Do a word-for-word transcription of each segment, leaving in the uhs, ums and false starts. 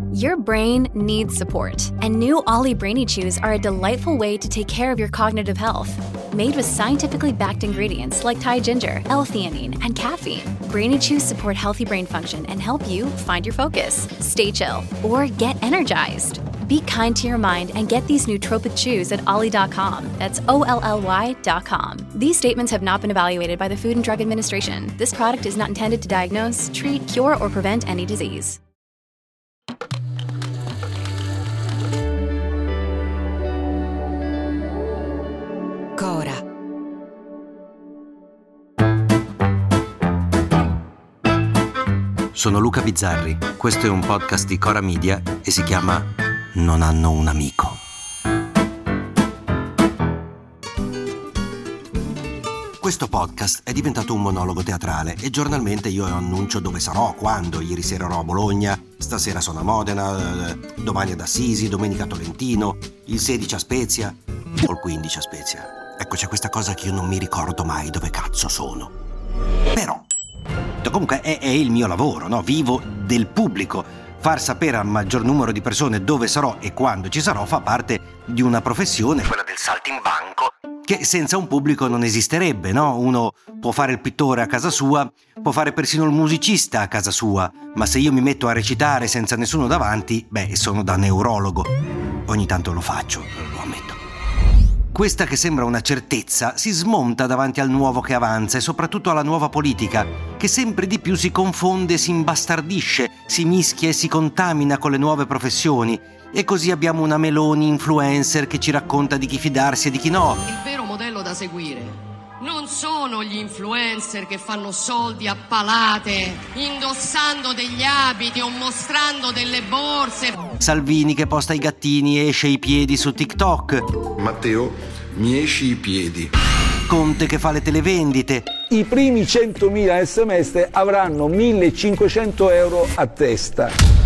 Your brain needs support, and new Ollie Brainy Chews are a delightful way to take care of your cognitive health. Made with scientifically backed ingredients like Thai ginger, L-theanine, and caffeine, Brainy Chews support healthy brain function and help you find your focus, stay chill, or get energized. Be kind to your mind and get these nootropic chews at ollie dot com. That's O L L Y dot com. These statements have not been evaluated by the Food and Drug Administration. This product is not intended to diagnose, treat, cure, or prevent any disease. Cora. Sono Luca Bizzarri, questo è un podcast di Cora Media e si chiama Non hanno un amico. Questo podcast è diventato un monologo teatrale e giornalmente io annuncio dove sarò, quando. Ieri sera ero a Bologna, stasera sono a Modena, domani ad Assisi, domenica a Tolentino, il sedici a Spezia o il quindici a Spezia. Ecco, c'è questa cosa che io non mi ricordo mai dove cazzo sono. Però, comunque è, è il mio lavoro, no? Vivo del pubblico. Far sapere al maggior numero di persone dove sarò e quando ci sarò fa parte di una professione, quella del saltimbanco, che senza un pubblico non esisterebbe, no? Uno può fare il pittore a casa sua, può fare persino il musicista a casa sua, ma se io mi metto a recitare senza nessuno davanti, beh, sono da neurologo. Ogni tanto lo faccio, lo ammetto. Questa che sembra una certezza si smonta davanti al nuovo che avanza e soprattutto alla nuova politica, che sempre di più si confonde, si imbastardisce, si mischia e si contamina con le nuove professioni. E così abbiamo una Meloni influencer che ci racconta di chi fidarsi e di chi no. Il vero modello da seguire non sono gli influencer che fanno soldi a palate, indossando degli abiti o mostrando delle borse. Salvini che posta i gattini e esce i piedi su TikTok. Matteo, mi esci i piedi. Conte che fa le televendite. I primi centomila sms avranno millecinquecento euro a testa.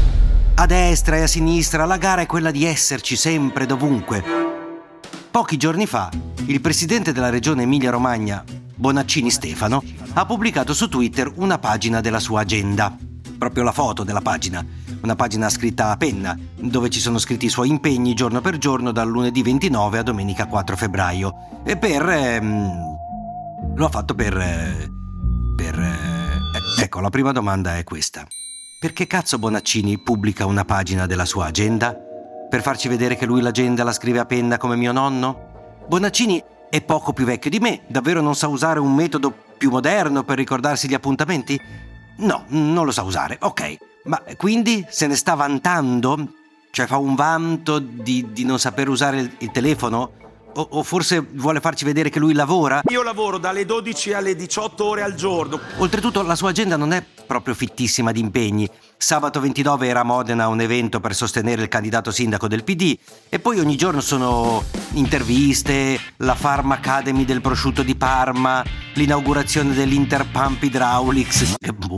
A destra e a sinistra la gara è quella di esserci sempre, dovunque. Pochi giorni fa, il presidente della regione Emilia-Romagna, Bonaccini Stefano, ha pubblicato su Twitter una pagina della sua agenda. Proprio la foto della pagina. Una pagina scritta a penna, dove ci sono scritti i suoi impegni giorno per giorno dal lunedì ventinove a domenica quattro febbraio. E per... Ehm, lo ha fatto per... Eh, per... Eh, ecco, la prima domanda è questa. Perché cazzo Bonaccini pubblica una pagina della sua agenda? Per farci vedere che lui l'agenda la scrive a penna come mio nonno? Bonaccini è poco più vecchio di me, davvero non sa usare un metodo più moderno per ricordarsi gli appuntamenti? No, non lo sa usare, ok. Ma quindi se ne sta vantando? Cioè fa un vanto di, di non saper usare il, il telefono? O, o forse vuole farci vedere che lui lavora? Io lavoro dalle dodici alle diciotto ore al giorno. Oltretutto la sua agenda non è proprio fittissima di impegni. Sabato ventinove era a Modena un evento per sostenere il candidato sindaco del P D e poi ogni giorno sono interviste, la Farm Academy del prosciutto di Parma, l'inaugurazione dell'Interpump Hydraulics,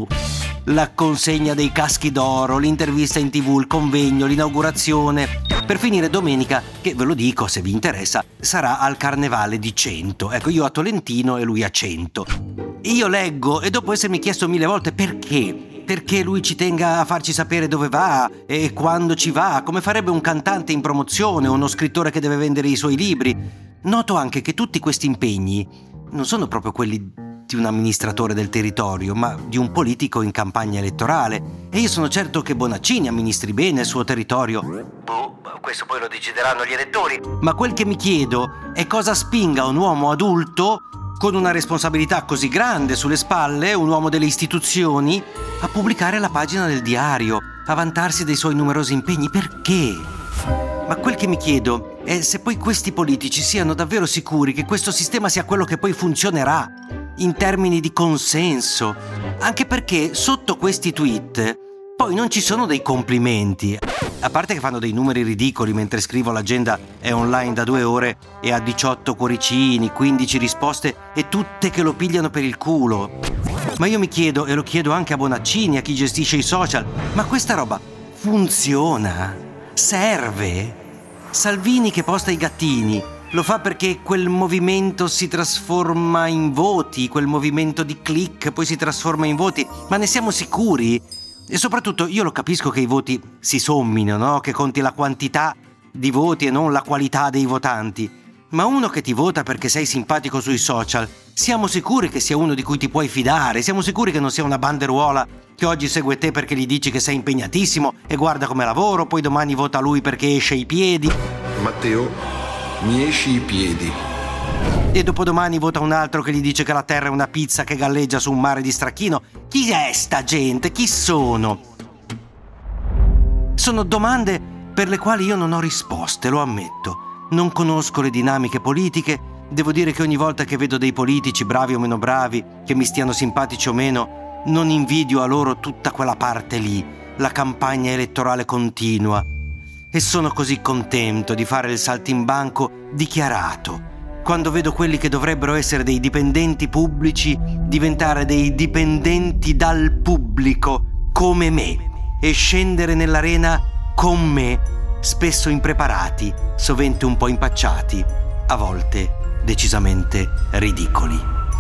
la consegna dei caschi d'oro, l'intervista in tv, il convegno, l'inaugurazione, per finire domenica, che ve lo dico se vi interessa, sarà al Carnevale di Cento. Ecco, io a Tolentino e lui a Cento. Io leggo e dopo essermi chiesto mille volte perché perché lui ci tenga a farci sapere dove va e quando ci va, come farebbe un cantante in promozione o uno scrittore che deve vendere i suoi libri. Noto anche che tutti questi impegni non sono proprio quelli di un amministratore del territorio, ma di un politico in campagna elettorale. E io sono certo che Bonaccini amministri bene il suo territorio. Boh, questo poi lo decideranno gli elettori. Ma quel che mi chiedo è cosa spinga un uomo adulto con una responsabilità così grande sulle spalle, un uomo delle istituzioni, a pubblicare la pagina del diario, a vantarsi dei suoi numerosi impegni. Perché? Ma quel che mi chiedo è se poi questi politici siano davvero sicuri che questo sistema sia quello che poi funzionerà in termini di consenso. Anche perché sotto questi tweet poi non ci sono dei complimenti. A parte che fanno dei numeri ridicoli mentre scrivo l'agenda è online da due ore e ha diciotto cuoricini, quindici risposte e tutte che lo pigliano per il culo. Ma io mi chiedo, e lo chiedo anche a Bonaccini, a chi gestisce i social, ma questa roba funziona? Serve? Salvini che posta i gattini lo fa perché quel movimento si trasforma in voti, quel movimento di click poi si trasforma in voti, ma ne siamo sicuri? E soprattutto io lo capisco che i voti si sommino, no? Che conti la quantità di voti e non la qualità dei votanti. Ma uno che ti vota perché sei simpatico sui social, siamo sicuri che sia uno di cui ti puoi fidare? Siamo sicuri che non sia una banderuola che oggi segue te perché gli dici che sei impegnatissimo e guarda come lavoro, poi domani vota lui perché esce i piedi? Matteo, mi esci i piedi. E dopodomani vota un altro che gli dice che la terra è una pizza che galleggia su un mare di stracchino. Chi è sta gente? Chi sono? Sono domande per le quali io non ho risposte, lo ammetto. Non conosco le dinamiche politiche. Devo dire che ogni volta che vedo dei politici, bravi o meno bravi, che mi stiano simpatici o meno, non invidio a loro tutta quella parte lì, la campagna elettorale continua. E sono così contento di fare il saltimbanco dichiarato, quando vedo quelli che dovrebbero essere dei dipendenti pubblici diventare dei dipendenti dal pubblico, come me, e scendere nell'arena con me, spesso impreparati, sovente un po' impacciati, a volte decisamente ridicoli.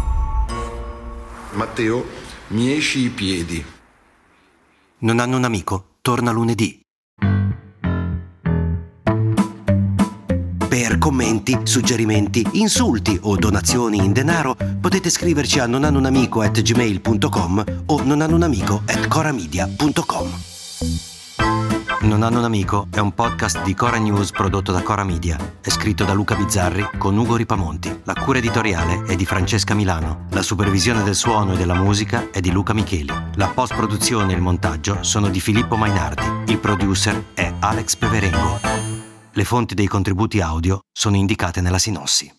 Matteo, mi esci i piedi. Non hanno un amico? Torna lunedì. Per commenti, suggerimenti, insulti o donazioni in denaro potete scriverci a nonhannounamico at gmail punto com o nonhannounamico at coramedia punto com. Non hanno un amico è un podcast di Cora News prodotto da Cora Media. È scritto da Luca Bizzarri con Ugo Ripamonti. La cura editoriale è di Francesca Milano. La supervisione del suono e della musica è di Luca Micheli. La post-produzione e il montaggio sono di Filippo Mainardi. Il producer è Alex Peverengo. Le fonti dei contributi audio sono indicate nella sinossi.